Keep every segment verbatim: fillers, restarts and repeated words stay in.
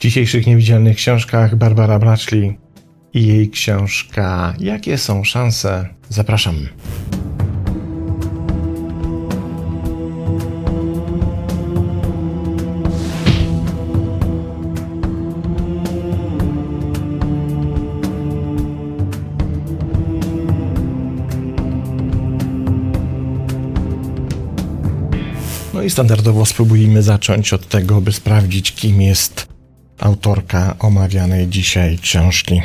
dzisiejszych niewidzialnych książkach Barbara Blatchley i jej książka Jakie są szanse? Zapraszam. No i standardowo spróbujmy zacząć od tego, by sprawdzić, kim jest autorka omawianej dzisiaj książki.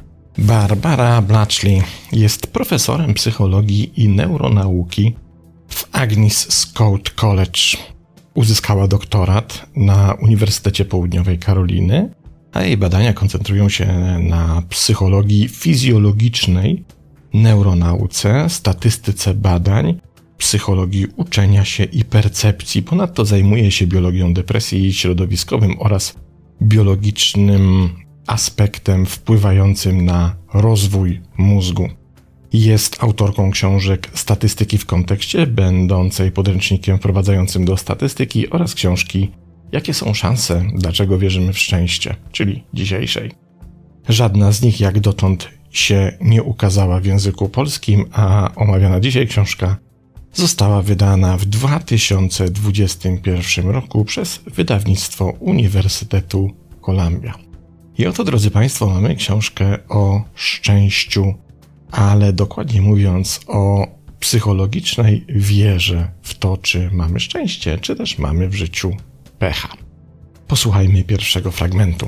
Barbara Blatchley jest profesorem psychologii i neuronauki w Agnes Scott College. Uzyskała doktorat na Uniwersytecie Południowej Karoliny, a jej badania koncentrują się na psychologii fizjologicznej, neuronauce, statystyce badań, psychologii uczenia się i percepcji. Ponadto zajmuje się biologią depresji środowiskowym oraz biologicznym aspektem wpływającym na rozwój mózgu. Jest autorką książek Statystyki w kontekście, będącej podręcznikiem wprowadzającym do statystyki, oraz książki Jakie są szanse? Dlaczego wierzymy w szczęście? Czyli dzisiejszej. Żadna z nich jak dotąd się nie ukazała w języku polskim, a omawiana dzisiaj książka została wydana w dwa tysiące dwudziestym pierwszym roku przez wydawnictwo Uniwersytetu Columbia. I oto, drodzy Państwo, mamy książkę o szczęściu, ale dokładnie mówiąc o psychologicznej wierze w to, czy mamy szczęście, czy też mamy w życiu pecha. Posłuchajmy pierwszego fragmentu.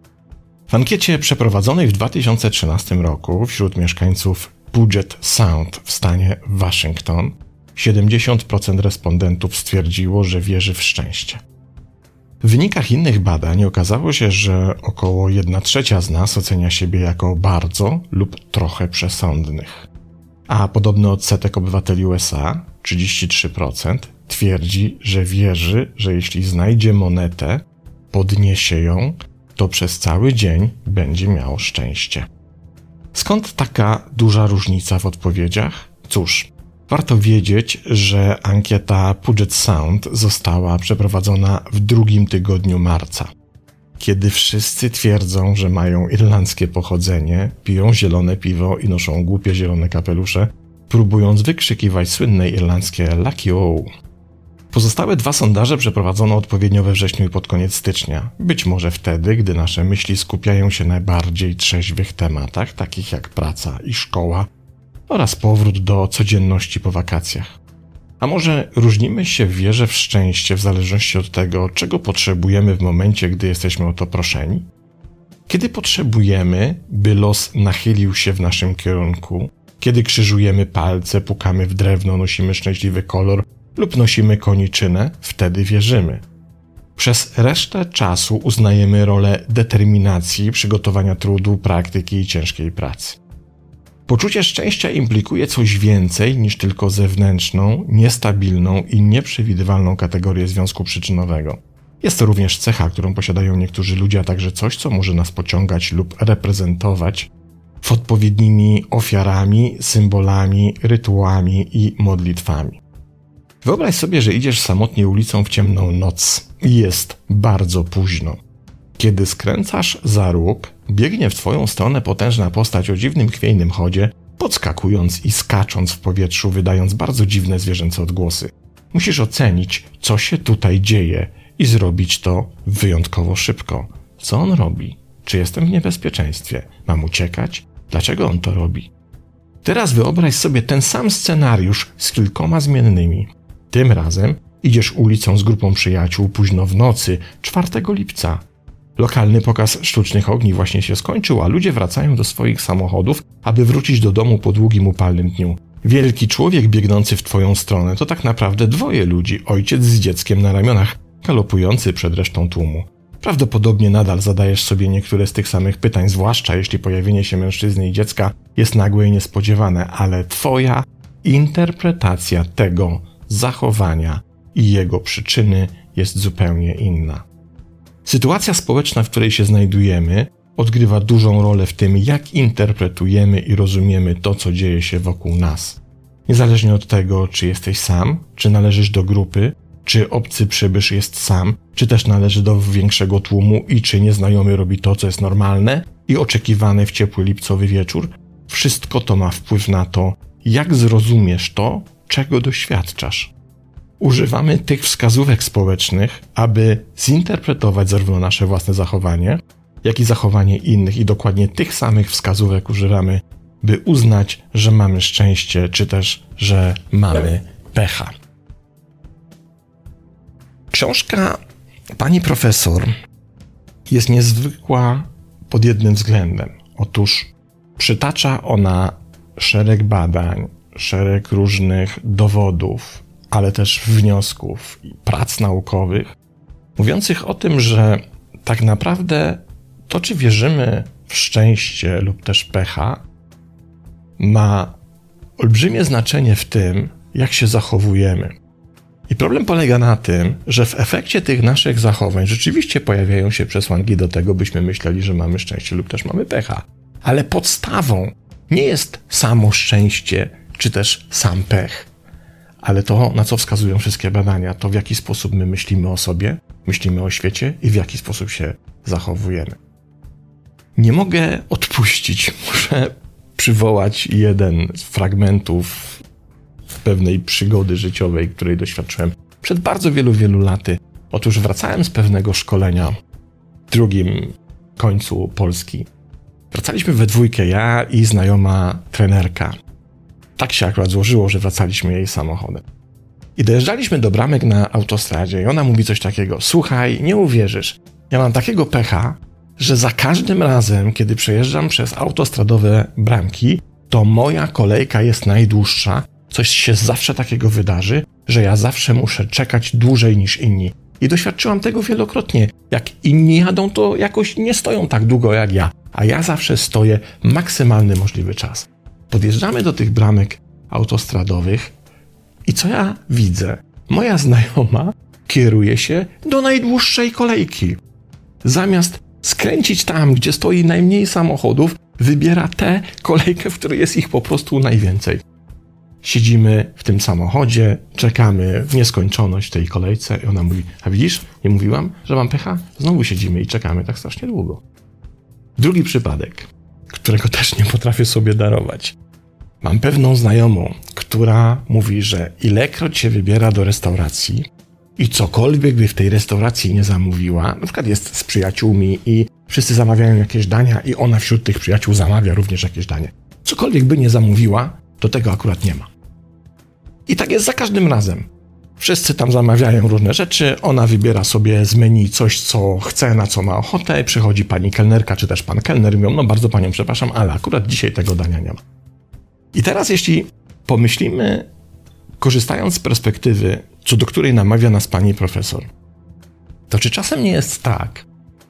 W ankiecie przeprowadzonej w dwa tysiące trzynastym roku wśród mieszkańców Puget Sound w stanie Waszyngton siedemdziesiąt procent respondentów stwierdziło, że wierzy w szczęście. W wynikach innych badań okazało się, że około jedna trzecia z nas ocenia siebie jako bardzo lub trochę przesądnych. A podobny odsetek obywateli U S A, trzydzieści trzy procent, twierdzi, że wierzy, że jeśli znajdzie monetę, podniesie ją, to przez cały dzień będzie miał szczęście. Skąd taka duża różnica w odpowiedziach? Cóż, warto wiedzieć, że ankieta Puget Sound została przeprowadzona w drugim tygodniu marca, kiedy wszyscy twierdzą, że mają irlandzkie pochodzenie, piją zielone piwo i noszą głupie zielone kapelusze, próbując wykrzykiwać słynne irlandzkie Lucky O. Pozostałe dwa sondaże przeprowadzono odpowiednio we wrześniu i pod koniec stycznia, być może wtedy, gdy nasze myśli skupiają się na bardziej trzeźwych tematach, takich jak praca i szkoła, oraz powrót do codzienności po wakacjach. A może różnimy się w wierze w szczęście w zależności od tego, czego potrzebujemy w momencie, gdy jesteśmy o to proszeni? Kiedy potrzebujemy, by los nachylił się w naszym kierunku? Kiedy krzyżujemy palce, pukamy w drewno, nosimy szczęśliwy kolor lub nosimy koniczynę? Wtedy wierzymy. Przez resztę czasu uznajemy rolę determinacji, przygotowania trudu, praktyki i ciężkiej pracy. Poczucie szczęścia implikuje coś więcej niż tylko zewnętrzną, niestabilną i nieprzewidywalną kategorię związku przyczynowego. Jest to również cecha, którą posiadają niektórzy ludzie, a także coś, co może nas pociągać lub reprezentować w odpowiednimi ofiarami, symbolami, rytuałami i modlitwami. Wyobraź sobie, że idziesz samotnie ulicą w ciemną noc i jest bardzo późno. Kiedy skręcasz za róg, biegnie w twoją stronę potężna postać o dziwnym, chwiejnym chodzie, podskakując i skacząc w powietrzu, wydając bardzo dziwne zwierzęce odgłosy. Musisz ocenić, co się tutaj dzieje i zrobić to wyjątkowo szybko. Co on robi? Czy jestem w niebezpieczeństwie? Mam uciekać? Dlaczego on to robi? Teraz wyobraź sobie ten sam scenariusz z kilkoma zmiennymi. Tym razem idziesz ulicą z grupą przyjaciół późno w nocy, czwartego lipca. Lokalny pokaz sztucznych ogni właśnie się skończył, a ludzie wracają do swoich samochodów, aby wrócić do domu po długim upalnym dniu. Wielki człowiek biegnący w twoją stronę to tak naprawdę dwoje ludzi, ojciec z dzieckiem na ramionach, galopujący przed resztą tłumu. Prawdopodobnie nadal zadajesz sobie niektóre z tych samych pytań, zwłaszcza jeśli pojawienie się mężczyzny i dziecka jest nagłe i niespodziewane, ale twoja interpretacja tego zachowania i jego przyczyny jest zupełnie inna. Sytuacja społeczna, w której się znajdujemy, odgrywa dużą rolę w tym, jak interpretujemy i rozumiemy to, co dzieje się wokół nas. Niezależnie od tego, czy jesteś sam, czy należysz do grupy, czy obcy przybysz jest sam, czy też należy do większego tłumu i czy nieznajomy robi to, co jest normalne i oczekiwane w ciepły lipcowy wieczór. Wszystko to ma wpływ na to, jak zrozumiesz to, czego doświadczasz. Używamy tych wskazówek społecznych, aby zinterpretować zarówno nasze własne zachowanie, jak i zachowanie innych i dokładnie tych samych wskazówek używamy, by uznać, że mamy szczęście, czy też, że mamy pecha. Książka pani profesor jest niezwykła pod jednym względem. Otóż przytacza ona szereg badań, szereg różnych dowodów, ale też wniosków i prac naukowych, mówiących o tym, że tak naprawdę to, czy wierzymy w szczęście lub też pecha, ma olbrzymie znaczenie w tym, jak się zachowujemy. I problem polega na tym, że w efekcie tych naszych zachowań rzeczywiście pojawiają się przesłanki do tego, byśmy myśleli, że mamy szczęście lub też mamy pecha. Ale podstawą nie jest samo szczęście, czy też sam pech, ale to, na co wskazują wszystkie badania, to w jaki sposób my myślimy o sobie, myślimy o świecie i w jaki sposób się zachowujemy. Nie mogę odpuścić, muszę przywołać jeden z fragmentów pewnej przygody życiowej, której doświadczyłem przed bardzo wielu, wielu laty. Otóż wracałem z pewnego szkolenia w drugim końcu Polski. Wracaliśmy we dwójkę, ja i znajoma trenerka. Tak się akurat złożyło, że wracaliśmy jej samochodem. I dojeżdżaliśmy do bramek na autostradzie i ona mówi coś takiego: słuchaj, nie uwierzysz, ja mam takiego pecha, że za każdym razem, kiedy przejeżdżam przez autostradowe bramki, to moja kolejka jest najdłuższa, coś się zawsze takiego wydarzy, że ja zawsze muszę czekać dłużej niż inni. I doświadczyłam tego wielokrotnie. Jak inni jadą, to jakoś nie stoją tak długo jak ja, a ja zawsze stoję maksymalny możliwy czas. Podjeżdżamy do tych bramek autostradowych i co ja widzę? Moja znajoma kieruje się do najdłuższej kolejki. Zamiast skręcić tam, gdzie stoi najmniej samochodów, wybiera tę kolejkę, w której jest ich po prostu najwięcej. Siedzimy w tym samochodzie, czekamy w nieskończoność tej kolejce i ona mówi: a widzisz, nie mówiłam, że mam pecha? Znowu siedzimy i czekamy tak strasznie długo. Drugi przypadek, którego też nie potrafię sobie darować. Mam pewną znajomą, która mówi, że ilekroć się wybiera do restauracji i cokolwiek by w tej restauracji nie zamówiła, na przykład jest z przyjaciółmi i wszyscy zamawiają jakieś dania i ona wśród tych przyjaciół zamawia również jakieś danie. Cokolwiek by nie zamówiła, to tego akurat nie ma. I tak jest za każdym razem. Wszyscy tam zamawiają różne rzeczy, ona wybiera sobie z menu coś, co chce, na co ma ochotę, przychodzi pani kelnerka, czy też pan kelner i mówią: no bardzo panią przepraszam, ale akurat dzisiaj tego dania nie ma. I teraz jeśli pomyślimy, korzystając z perspektywy, co do której namawia nas pani profesor, to czy czasem nie jest tak,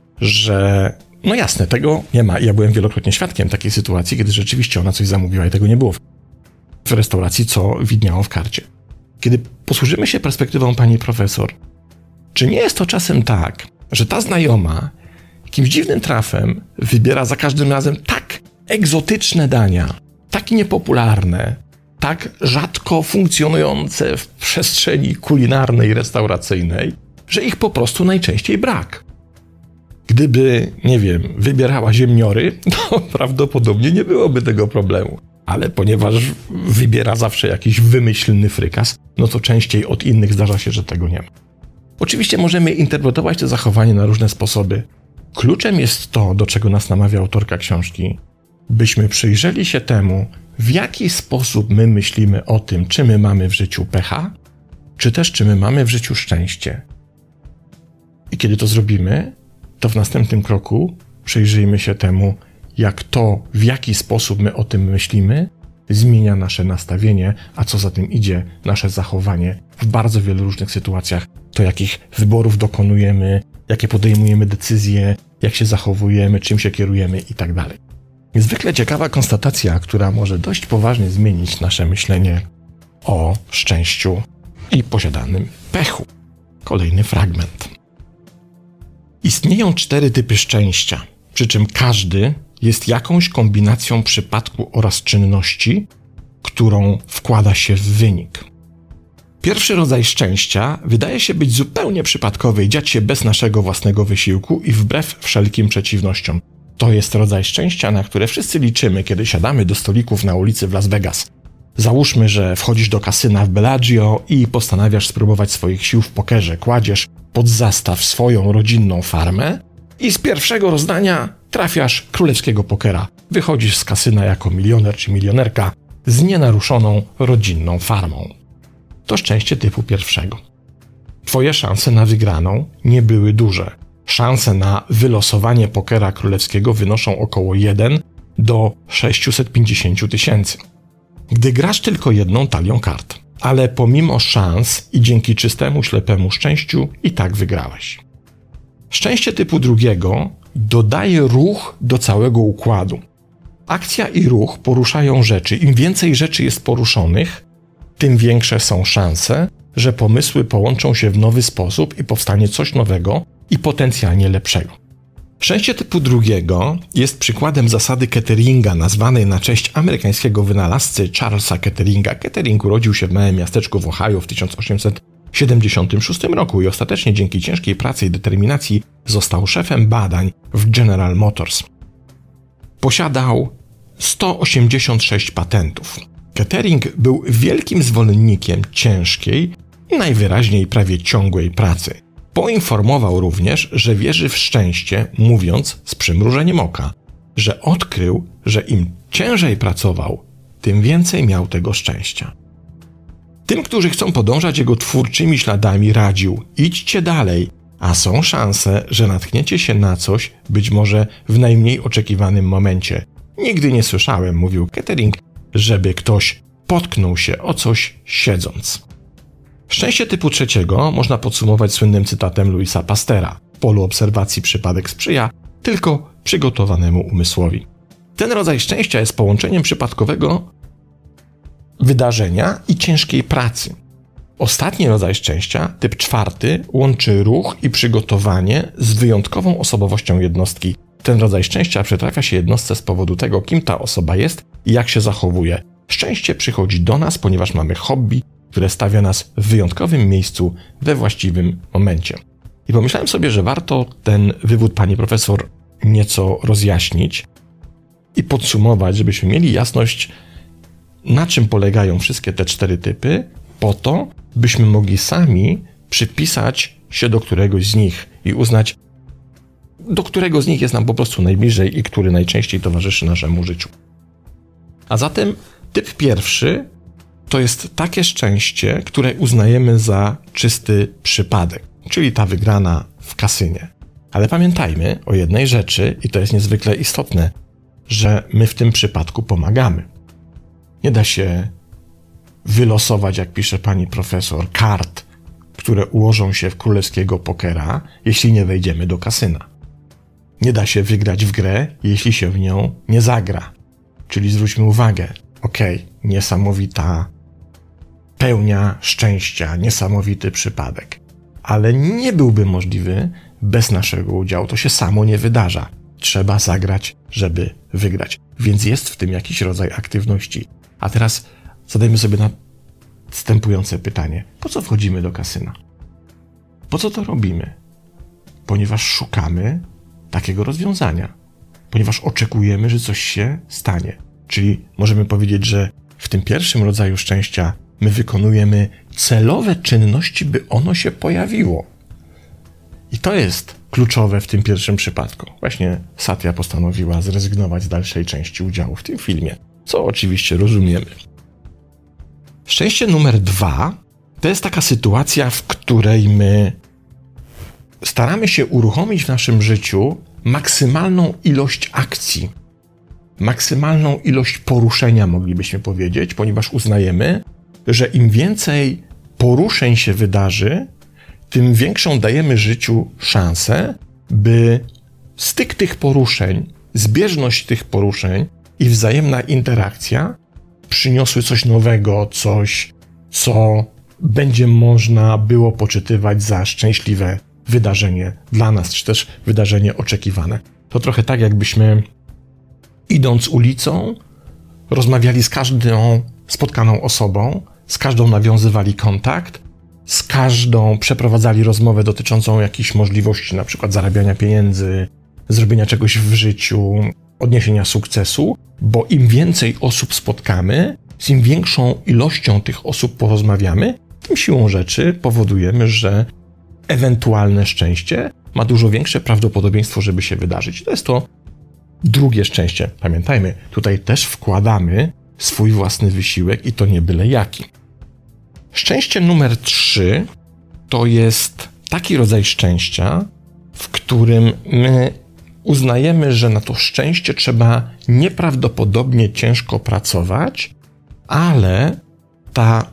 że no jasne, tego nie ma. Ja byłem wielokrotnie świadkiem takiej sytuacji, kiedy rzeczywiście ona coś zamówiła i tego nie było w restauracji, co widniało w karcie. Kiedy posłużymy się perspektywą pani profesor, czy nie jest to czasem tak, że ta znajoma jakimś dziwnym trafem wybiera za każdym razem tak egzotyczne dania, tak niepopularne, tak rzadko funkcjonujące w przestrzeni kulinarnej, restauracyjnej, że ich po prostu najczęściej brak. Gdyby, nie wiem, wybierała ziemniory, to prawdopodobnie nie byłoby tego problemu. Ale ponieważ wybiera zawsze jakiś wymyślny frykas, no to częściej od innych zdarza się, że tego nie ma. Oczywiście możemy interpretować to zachowanie na różne sposoby. Kluczem jest to, do czego nas namawia autorka książki, byśmy przyjrzeli się temu, w jaki sposób my myślimy o tym, czy my mamy w życiu pecha, czy też czy my mamy w życiu szczęście. I kiedy to zrobimy, to w następnym kroku przyjrzyjmy się temu, jak to, w jaki sposób my o tym myślimy, zmienia nasze nastawienie, a co za tym idzie, nasze zachowanie w bardzo wielu różnych sytuacjach, to jakich wyborów dokonujemy, jakie podejmujemy decyzje, jak się zachowujemy, czym się kierujemy i tak dalej. Niezwykle ciekawa konstatacja, która może dość poważnie zmienić nasze myślenie o szczęściu i posiadanym pechu. Kolejny fragment. Istnieją cztery typy szczęścia, przy czym każdy jest jakąś kombinacją przypadku oraz czynności, którą wkłada się w wynik. Pierwszy rodzaj szczęścia wydaje się być zupełnie przypadkowy i dziać się bez naszego własnego wysiłku i wbrew wszelkim przeciwnościom. To jest rodzaj szczęścia, na które wszyscy liczymy, kiedy siadamy do stolików na ulicy w Las Vegas. Załóżmy, że wchodzisz do kasyna w Bellagio i postanawiasz spróbować swoich sił w pokerze. Kładziesz pod zastaw swoją rodzinną farmę i z pierwszego rozdania trafiasz królewskiego pokera. Wychodzisz z kasyna jako milioner czy milionerka z nienaruszoną rodzinną farmą. To szczęście typu pierwszego. Twoje szanse na wygraną nie były duże. Szanse na wylosowanie pokera królewskiego wynoszą około jeden do sześciuset pięćdziesięciu tysięcy. Gdy grasz tylko jedną talią kart, ale pomimo szans i dzięki czystemu, ślepemu szczęściu i tak wygrałeś. Szczęście typu drugiego dodaje ruch do całego układu. Akcja i ruch poruszają rzeczy. Im więcej rzeczy jest poruszonych, tym większe są szanse, że pomysły połączą się w nowy sposób i powstanie coś nowego i potencjalnie lepszego. Szczęście typu drugiego jest przykładem zasady Ketteringa, nazwanej na cześć amerykańskiego wynalazcy Charlesa Ketteringa. Kettering urodził się w małym miasteczku w Ohio w tysiąc osiemset siedemdziesiątym szóstym roku i ostatecznie dzięki ciężkiej pracy i determinacji został szefem badań w General Motors. Posiadał sto osiemdziesiąt sześć patentów. Kettering był wielkim zwolennikiem ciężkiej i najwyraźniej prawie ciągłej pracy. Poinformował również, że wierzy w szczęście, mówiąc z przymrużeniem oka, że odkrył, że im ciężej pracował, tym więcej miał tego szczęścia. Tym, którzy chcą podążać jego twórczymi śladami, radził: idźcie dalej, a są szanse, że natkniecie się na coś, być może w najmniej oczekiwanym momencie. Nigdy nie słyszałem, mówił Kettering, żeby ktoś potknął się o coś siedząc. Szczęście typu trzeciego można podsumować słynnym cytatem Louisa Pastera: w polu obserwacji przypadek sprzyja tylko przygotowanemu umysłowi. Ten rodzaj szczęścia jest połączeniem przypadkowego wydarzenia i ciężkiej pracy. Ostatni rodzaj szczęścia, typ czwarty, łączy ruch i przygotowanie z wyjątkową osobowością jednostki. Ten rodzaj szczęścia przytrafia się jednostce z powodu tego, kim ta osoba jest i jak się zachowuje. Szczęście przychodzi do nas, ponieważ mamy hobby, które stawia nas w wyjątkowym miejscu we właściwym momencie. I pomyślałem sobie, że warto ten wywód pani profesor nieco rozjaśnić i podsumować, żebyśmy mieli jasność, na czym polegają wszystkie te cztery typy, po to, byśmy mogli sami przypisać się do któregoś z nich i uznać, do którego z nich jest nam po prostu najbliżej i który najczęściej towarzyszy naszemu życiu. A zatem typ pierwszy to jest takie szczęście, które uznajemy za czysty przypadek, czyli ta wygrana w kasynie. Ale pamiętajmy o jednej rzeczy, i to jest niezwykle istotne, że my w tym przypadku pomagamy. Nie da się wylosować, jak pisze pani profesor, kart, które ułożą się w królewskiego pokera, jeśli nie wejdziemy do kasyna. Nie da się wygrać w grę, jeśli się w nią nie zagra. Czyli zwróćmy uwagę, okej, okay, niesamowita pełnia szczęścia, niesamowity przypadek, ale nie byłby możliwy bez naszego udziału. To się samo nie wydarza. Trzeba zagrać, żeby wygrać. Więc jest w tym jakiś rodzaj aktywności. A teraz zadajmy sobie następujące pytanie. Po co wchodzimy do kasyna? Po co to robimy? Ponieważ szukamy takiego rozwiązania. Ponieważ oczekujemy, że coś się stanie. Czyli możemy powiedzieć, że w tym pierwszym rodzaju szczęścia my wykonujemy celowe czynności, by ono się pojawiło. I to jest kluczowe w tym pierwszym przypadku. Właśnie Satya postanowiła zrezygnować z dalszej części udziału w tym filmie, co oczywiście rozumiemy. Szczęście numer dwa to jest taka sytuacja, w której my staramy się uruchomić w naszym życiu maksymalną ilość akcji, maksymalną ilość poruszenia, moglibyśmy powiedzieć, ponieważ uznajemy, że im więcej poruszeń się wydarzy, tym większą dajemy życiu szansę, by styk tych poruszeń, zbieżność tych poruszeń i wzajemna interakcja przyniosły coś nowego, coś, co będzie można było poczytywać za szczęśliwe wydarzenie dla nas, czy też wydarzenie oczekiwane. To trochę tak, jakbyśmy idąc ulicą rozmawiali z każdą spotkaną osobą, z każdą nawiązywali kontakt, z każdą przeprowadzali rozmowę dotyczącą jakichś możliwości, na przykład zarabiania pieniędzy, zrobienia czegoś w życiu, odniesienia sukcesu, bo im więcej osób spotkamy, z im większą ilością tych osób porozmawiamy, tym siłą rzeczy powodujemy, że ewentualne szczęście ma dużo większe prawdopodobieństwo, żeby się wydarzyć. To jest to drugie szczęście. Pamiętajmy, tutaj też wkładamy swój własny wysiłek i to nie byle jaki. Szczęście numer trzy to jest taki rodzaj szczęścia, w którym my uznajemy, że na to szczęście trzeba nieprawdopodobnie ciężko pracować, ale ta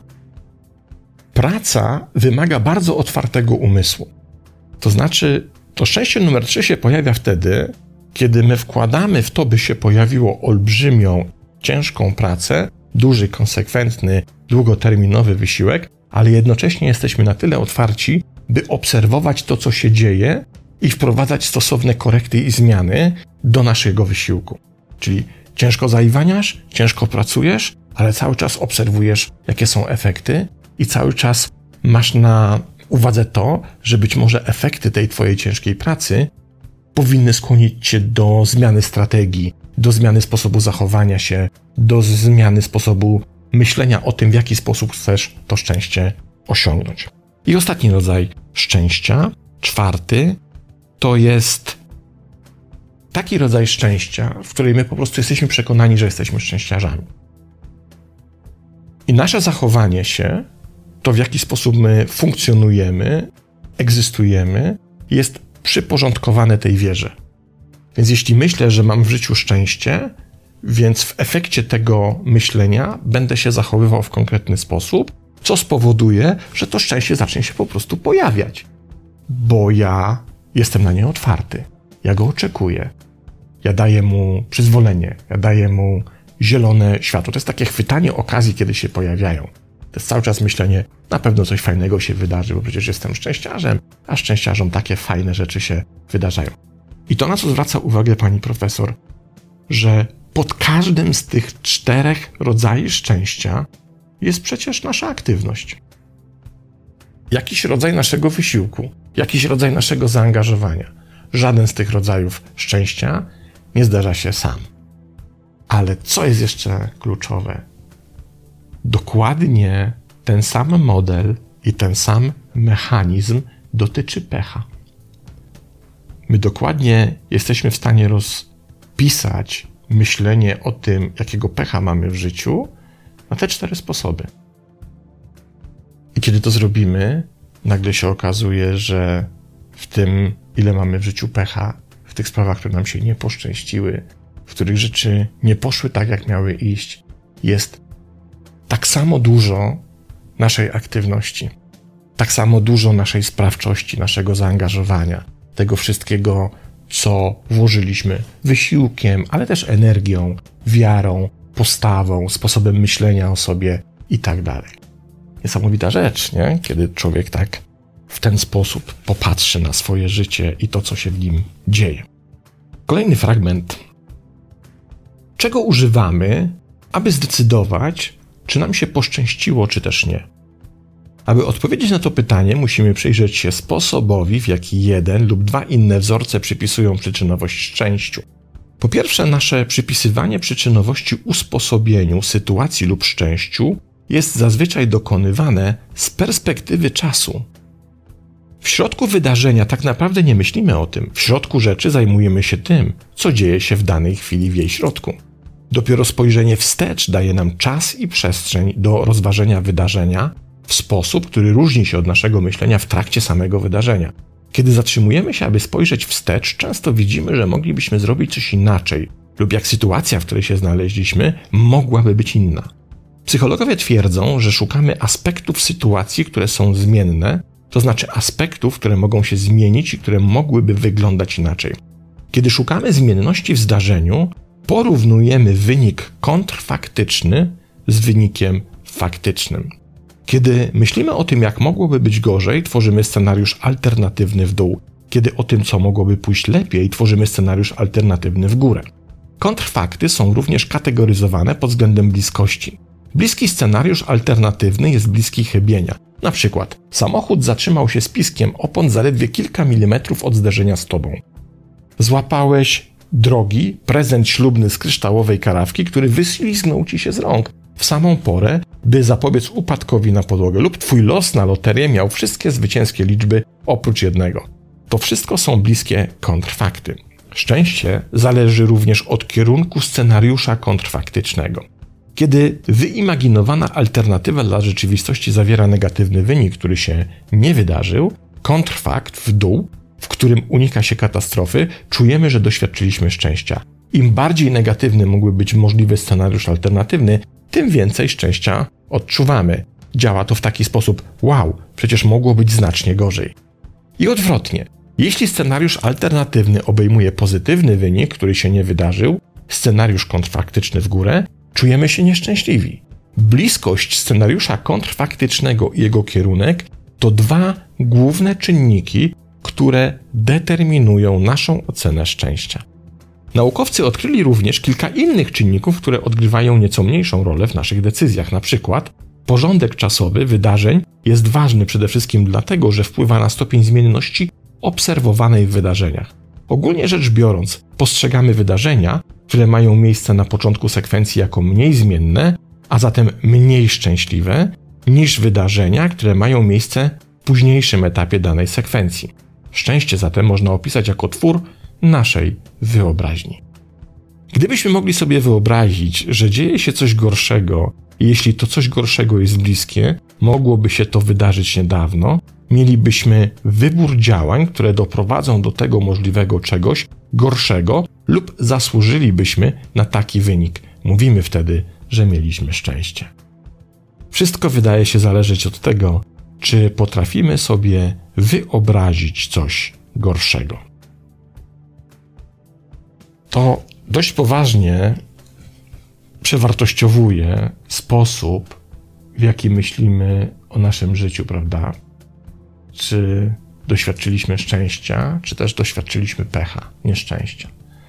praca wymaga bardzo otwartego umysłu. To znaczy, to szczęście numer trzy się pojawia wtedy, kiedy my wkładamy w to, by się pojawiło olbrzymią, ciężką pracę, duży, konsekwentny, długoterminowy wysiłek, ale jednocześnie jesteśmy na tyle otwarci, by obserwować to, co się dzieje i wprowadzać stosowne korekty i zmiany do naszego wysiłku. Czyli ciężko zaiwaniasz, ciężko pracujesz, ale cały czas obserwujesz, jakie są efekty i cały czas masz na uwadze to, że być może efekty tej twojej ciężkiej pracy powinny skłonić cię do zmiany strategii, do zmiany sposobu zachowania się, do zmiany sposobu myślenia o tym, w jaki sposób chcesz to szczęście osiągnąć. I ostatni rodzaj szczęścia, czwarty, to jest taki rodzaj szczęścia, w którym my po prostu jesteśmy przekonani, że jesteśmy szczęściarzami. I nasze zachowanie się, to w jaki sposób my funkcjonujemy, egzystujemy, jest przyporządkowane tej wierze. Więc jeśli myślę, że mam w życiu szczęście, więc w efekcie tego myślenia będę się zachowywał w konkretny sposób, co spowoduje, że to szczęście zacznie się po prostu pojawiać. Bo ja jestem na nie otwarty. Ja go oczekuję. Ja daję mu przyzwolenie. Ja daję mu zielone światło. To jest takie chwytanie okazji, kiedy się pojawiają. To jest cały czas myślenie, na pewno coś fajnego się wydarzy, bo przecież jestem szczęściarzem, a szczęściarzom takie fajne rzeczy się wydarzają. I to, na co zwraca uwagę pani profesor, że pod każdym z tych czterech rodzajów szczęścia jest przecież nasza aktywność. Jakiś rodzaj naszego wysiłku, jakiś rodzaj naszego zaangażowania. Żaden z tych rodzajów szczęścia nie zdarza się sam. Ale co jest jeszcze kluczowe? Dokładnie ten sam model i ten sam mechanizm dotyczy pecha. My dokładnie jesteśmy w stanie rozpisać myślenie o tym, jakiego pecha mamy w życiu, na te cztery sposoby. I kiedy to zrobimy, nagle się okazuje, że w tym, ile mamy w życiu pecha, w tych sprawach, które nam się nie poszczęściły, w których rzeczy nie poszły tak, jak miały iść, jest tak samo dużo naszej aktywności, tak samo dużo naszej sprawczości, naszego zaangażowania, tego wszystkiego, co włożyliśmy wysiłkiem, ale też energią, wiarą, postawą, sposobem myślenia o sobie i tak dalej. Niesamowita rzecz, nie? Kiedy człowiek tak w ten sposób popatrzy na swoje życie i to, co się w nim dzieje. Kolejny fragment. Czego używamy, aby zdecydować, czy nam się poszczęściło, czy też nie? Aby odpowiedzieć na to pytanie, musimy przyjrzeć się sposobowi, w jaki jeden lub dwa inne wzorce przypisują przyczynowość szczęściu. Po pierwsze, nasze przypisywanie przyczynowości usposobieniu, sytuacji lub szczęściu jest zazwyczaj dokonywane z perspektywy czasu. W środku wydarzenia tak naprawdę nie myślimy o tym. W środku rzeczy zajmujemy się tym, co dzieje się w danej chwili w jej środku. Dopiero spojrzenie wstecz daje nam czas i przestrzeń do rozważenia wydarzenia w sposób, który różni się od naszego myślenia w trakcie samego wydarzenia. Kiedy zatrzymujemy się, aby spojrzeć wstecz, często widzimy, że moglibyśmy zrobić coś inaczej lub jak sytuacja, w której się znaleźliśmy, mogłaby być inna. Psychologowie twierdzą, że szukamy aspektów sytuacji, które są zmienne, to znaczy aspektów, które mogą się zmienić i które mogłyby wyglądać inaczej. Kiedy szukamy zmienności w zdarzeniu, porównujemy wynik kontrfaktyczny z wynikiem faktycznym. Kiedy myślimy o tym, jak mogłoby być gorzej, tworzymy scenariusz alternatywny w dół. Kiedy o tym, co mogłoby pójść lepiej, tworzymy scenariusz alternatywny w górę. Kontrfakty są również kategoryzowane pod względem bliskości. Bliski scenariusz alternatywny jest bliski chybienia. Na przykład samochód zatrzymał się z piskiem opon zaledwie kilka milimetrów od zderzenia z tobą. Złapałeś drogi prezent ślubny z kryształowej karawki, który wyślizgnął ci się z rąk w samą porę, by zapobiec upadkowi na podłogę, lub twój los na loterię miał wszystkie zwycięskie liczby oprócz jednego. To wszystko są bliskie kontrfakty. Szczęście zależy również od kierunku scenariusza kontrfaktycznego. Kiedy wyimaginowana alternatywa dla rzeczywistości zawiera negatywny wynik, który się nie wydarzył, kontrfakt w dół, w którym unika się katastrofy, czujemy, że doświadczyliśmy szczęścia. Im bardziej negatywny mógłby być możliwy scenariusz alternatywny, tym więcej szczęścia odczuwamy. Działa to w taki sposób: wow, przecież mogło być znacznie gorzej. I odwrotnie. Jeśli scenariusz alternatywny obejmuje pozytywny wynik, który się nie wydarzył, scenariusz kontrfaktyczny w górę, czujemy się nieszczęśliwi. Bliskość scenariusza kontrfaktycznego i jego kierunek to dwa główne czynniki, które determinują naszą ocenę szczęścia. Naukowcy odkryli również kilka innych czynników, które odgrywają nieco mniejszą rolę w naszych decyzjach. Na przykład porządek czasowy wydarzeń jest ważny przede wszystkim dlatego, że wpływa na stopień zmienności obserwowanej w wydarzeniach. Ogólnie rzecz biorąc, postrzegamy wydarzenia, które mają miejsce na początku sekwencji, jako mniej zmienne, a zatem mniej szczęśliwe, niż wydarzenia, które mają miejsce w późniejszym etapie danej sekwencji. Szczęście zatem można opisać jako twór naszej wyobraźni. Gdybyśmy mogli sobie wyobrazić, że dzieje się coś gorszego i jeśli to coś gorszego jest bliskie, mogłoby się to wydarzyć niedawno, mielibyśmy wybór działań, które doprowadzą do tego możliwego czegoś gorszego lub zasłużylibyśmy na taki wynik. Mówimy wtedy, że mieliśmy szczęście. Wszystko wydaje się zależeć od tego, czy potrafimy sobie wyobrazić coś gorszego. To dość poważnie przewartościowuje sposób, w jaki myślimy o naszym życiu, prawda? Czy doświadczyliśmy szczęścia, czy też doświadczyliśmy pecha, nieszczęścia?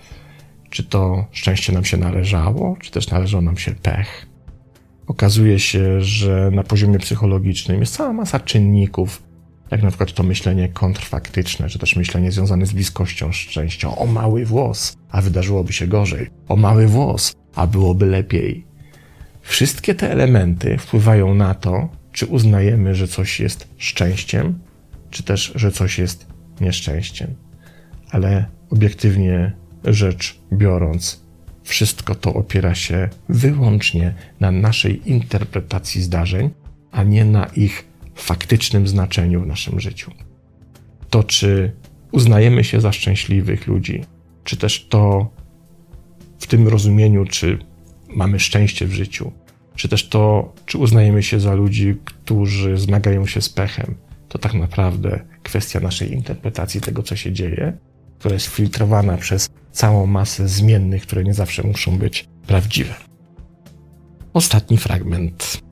Czy to szczęście nam się należało, czy też należał nam się pech? Okazuje się, że na poziomie psychologicznym jest cała masa czynników, jak na przykład to myślenie kontrfaktyczne, czy też myślenie związane z bliskością szczęścia. O mały włos, a wydarzyłoby się gorzej. O mały włos, a byłoby lepiej. Wszystkie te elementy wpływają na to, czy uznajemy, że coś jest szczęściem, czy też, że coś jest nieszczęściem. Ale obiektywnie rzecz biorąc, wszystko to opiera się wyłącznie na naszej interpretacji zdarzeń, a nie na ich faktycznym znaczeniu w naszym życiu. To, czy uznajemy się za szczęśliwych ludzi, czy też to w tym rozumieniu, czy mamy szczęście w życiu, czy też to, czy uznajemy się za ludzi, którzy zmagają się z pechem, to tak naprawdę kwestia naszej interpretacji tego, co się dzieje, która jest filtrowana przez całą masę zmiennych, które nie zawsze muszą być prawdziwe. Ostatni fragment.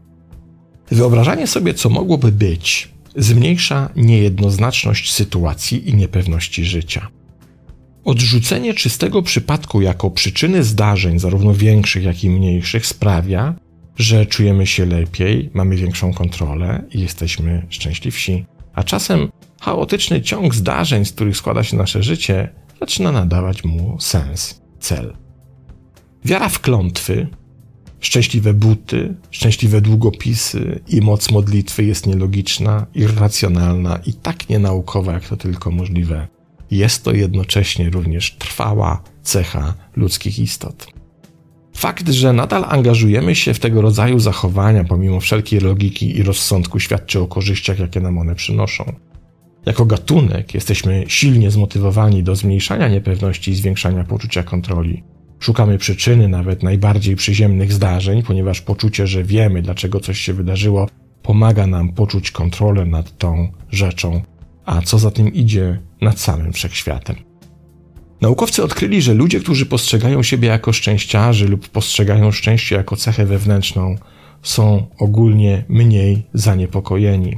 Wyobrażanie sobie, co mogłoby być, zmniejsza niejednoznaczność sytuacji i niepewności życia. Odrzucenie czystego przypadku jako przyczyny zdarzeń, zarówno większych, jak i mniejszych, sprawia, że czujemy się lepiej, mamy większą kontrolę i jesteśmy szczęśliwsi. A czasem chaotyczny ciąg zdarzeń, z których składa się nasze życie, zaczyna nadawać mu sens, cel. Wiara w klątwy, szczęśliwe buty, szczęśliwe długopisy i moc modlitwy jest nielogiczna, irracjonalna i tak nienaukowa, jak to tylko możliwe. Jest to jednocześnie również trwała cecha ludzkich istot. Fakt, że nadal angażujemy się w tego rodzaju zachowania pomimo wszelkiej logiki i rozsądku, świadczy o korzyściach, jakie nam one przynoszą. Jako gatunek jesteśmy silnie zmotywowani do zmniejszania niepewności i zwiększania poczucia kontroli. Szukamy przyczyny nawet najbardziej przyziemnych zdarzeń, ponieważ poczucie, że wiemy, dlaczego coś się wydarzyło, pomaga nam poczuć kontrolę nad tą rzeczą, a co za tym idzie, nad samym wszechświatem. Naukowcy odkryli, że ludzie, którzy postrzegają siebie jako szczęściarzy lub postrzegają szczęście jako cechę wewnętrzną, są ogólnie mniej zaniepokojeni.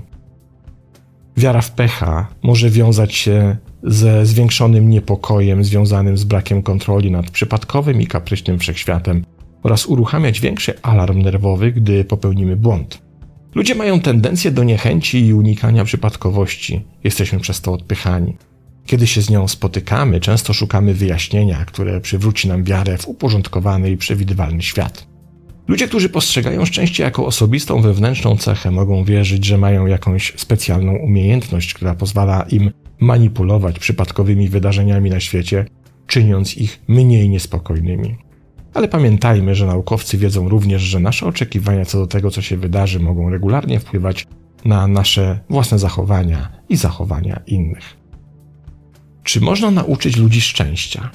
Wiara w pecha może wiązać się ze zwiększonym niepokojem związanym z brakiem kontroli nad przypadkowym i kapryśnym wszechświatem oraz uruchamiać większy alarm nerwowy, gdy popełnimy błąd. Ludzie mają tendencję do niechęci i unikania przypadkowości. Jesteśmy przez to odpychani. Kiedy się z nią spotykamy, często szukamy wyjaśnienia, które przywróci nam wiarę w uporządkowany i przewidywalny świat. Ludzie, którzy postrzegają szczęście jako osobistą wewnętrzną cechę, mogą wierzyć, że mają jakąś specjalną umiejętność, która pozwala im manipulować przypadkowymi wydarzeniami na świecie, czyniąc ich mniej niespokojnymi. Ale pamiętajmy, że naukowcy wiedzą również, że nasze oczekiwania co do tego, co się wydarzy, mogą regularnie wpływać na nasze własne zachowania i zachowania innych. Czy można nauczyć ludzi szczęścia?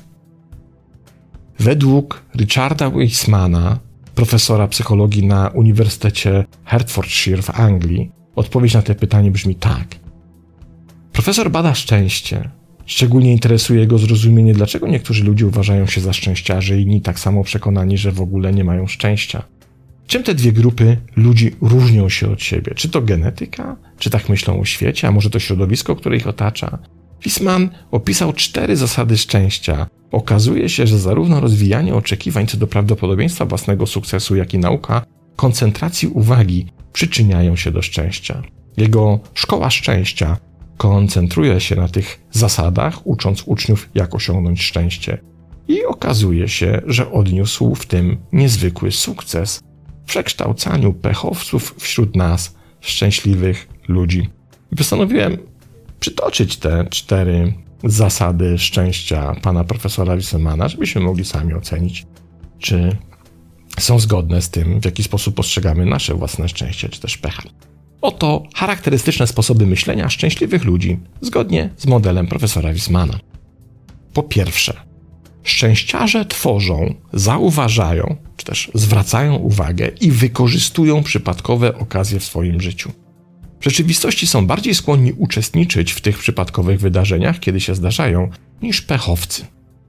Według Richarda Wisemana, profesora psychologii na Uniwersytecie Hertfordshire w Anglii, odpowiedź na to pytanie brzmi tak. Profesor bada szczęście. Szczególnie interesuje go zrozumienie, dlaczego niektórzy ludzie uważają się za szczęściarzy, inni tak samo przekonani, że w ogóle nie mają szczęścia. Czym te dwie grupy ludzi różnią się od siebie? Czy to genetyka? Czy tak myślą o świecie? A może to środowisko, które ich otacza? Wiseman opisał cztery zasady szczęścia. Okazuje się, że zarówno rozwijanie oczekiwań co do prawdopodobieństwa własnego sukcesu, jak i nauka koncentracji uwagi przyczyniają się do szczęścia. Jego szkoła szczęścia koncentruje się na tych zasadach, ucząc uczniów, jak osiągnąć szczęście. I okazuje się, że odniósł w tym niezwykły sukces w przekształcaniu pechowców wśród nas w szczęśliwych ludzi. I postanowiłem przytoczyć te cztery zasady szczęścia pana profesora Wisemana, żebyśmy mogli sami ocenić, czy są zgodne z tym, w jaki sposób postrzegamy nasze własne szczęście, czy też pecha. Oto charakterystyczne sposoby myślenia szczęśliwych ludzi, zgodnie z modelem profesora Wisemana. Po pierwsze, szczęściarze tworzą, zauważają, czy też zwracają uwagę i wykorzystują przypadkowe okazje w swoim życiu. W rzeczywistości są bardziej skłonni uczestniczyć w tych przypadkowych wydarzeniach, kiedy się zdarzają, niż pechowcy.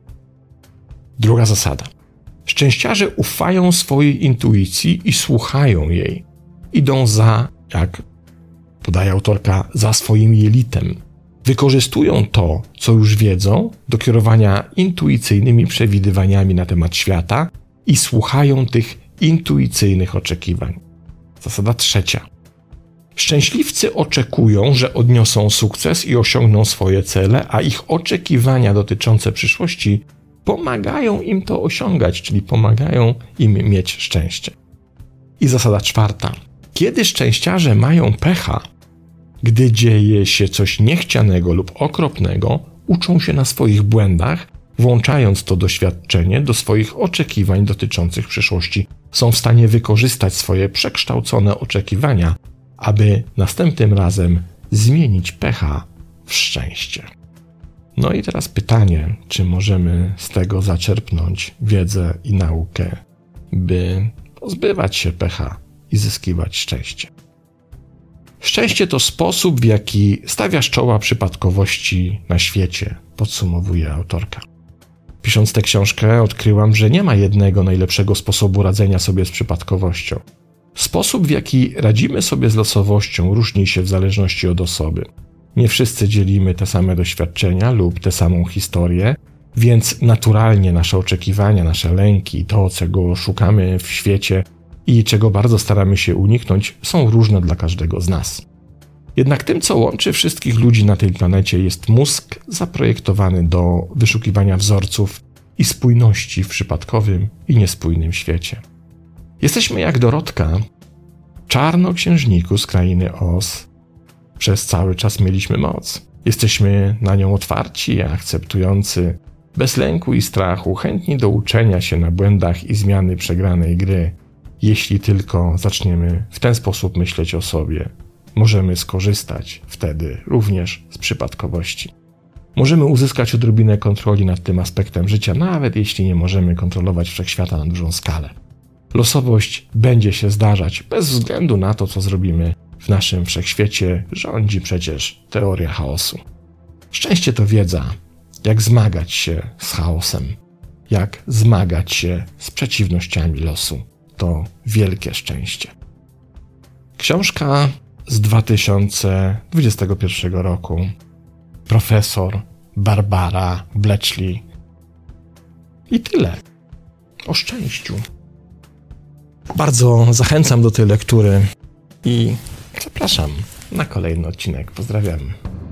Druga zasada. Szczęściarze ufają swojej intuicji i słuchają jej. Idą za, jak podaje autorka, za swoim jelitem. Wykorzystują to, co już wiedzą, do kierowania intuicyjnymi przewidywaniami na temat świata i słuchają tych intuicyjnych oczekiwań. Zasada trzecia. Szczęśliwcy oczekują, że odniosą sukces i osiągną swoje cele, a ich oczekiwania dotyczące przyszłości pomagają im to osiągać, czyli pomagają im mieć szczęście. I zasada czwarta. Kiedy szczęściarze mają pecha, gdy dzieje się coś niechcianego lub okropnego, uczą się na swoich błędach, włączając to doświadczenie do swoich oczekiwań dotyczących przyszłości. Są w stanie wykorzystać swoje przekształcone oczekiwania, aby następnym razem zmienić pecha w szczęście. No i teraz pytanie, czy możemy z tego zaczerpnąć wiedzę i naukę, by pozbywać się pecha i zyskiwać szczęście. Szczęście to sposób, w jaki stawiasz czoła przypadkowości na świecie, podsumowuje autorka. Pisząc tę książkę, odkryłam, że nie ma jednego najlepszego sposobu radzenia sobie z przypadkowością. Sposób, w jaki radzimy sobie z losowością, różni się w zależności od osoby. Nie wszyscy dzielimy te same doświadczenia lub tę samą historię, więc naturalnie nasze oczekiwania, nasze lęki, to, czego szukamy w świecie i czego bardzo staramy się uniknąć, są różne dla każdego z nas. Jednak tym, co łączy wszystkich ludzi na tej planecie, jest mózg zaprojektowany do wyszukiwania wzorców i spójności w przypadkowym i niespójnym świecie. Jesteśmy jak Dorotka, czarnoksiężniku z krainy Oz. Przez cały czas mieliśmy moc. Jesteśmy na nią otwarci, akceptujący, bez lęku i strachu, chętni do uczenia się na błędach i zmiany przegranej gry. Jeśli tylko zaczniemy w ten sposób myśleć o sobie, możemy skorzystać wtedy również z przypadkowości. Możemy uzyskać odrobinę kontroli nad tym aspektem życia, nawet jeśli nie możemy kontrolować wszechświata na dużą skalę. Losowość będzie się zdarzać bez względu na to, co zrobimy. W naszym wszechświecie rządzi przecież teoria chaosu. Szczęście to wiedza, jak zmagać się z chaosem, jak zmagać się z przeciwnościami losu. To wielkie szczęście. Książka z dwa tysiące dwudziestego pierwszego roku. Profesor Barbara Bletchley. I tyle. O szczęściu. Bardzo zachęcam do tej lektury i zapraszam na kolejny odcinek. Pozdrawiam.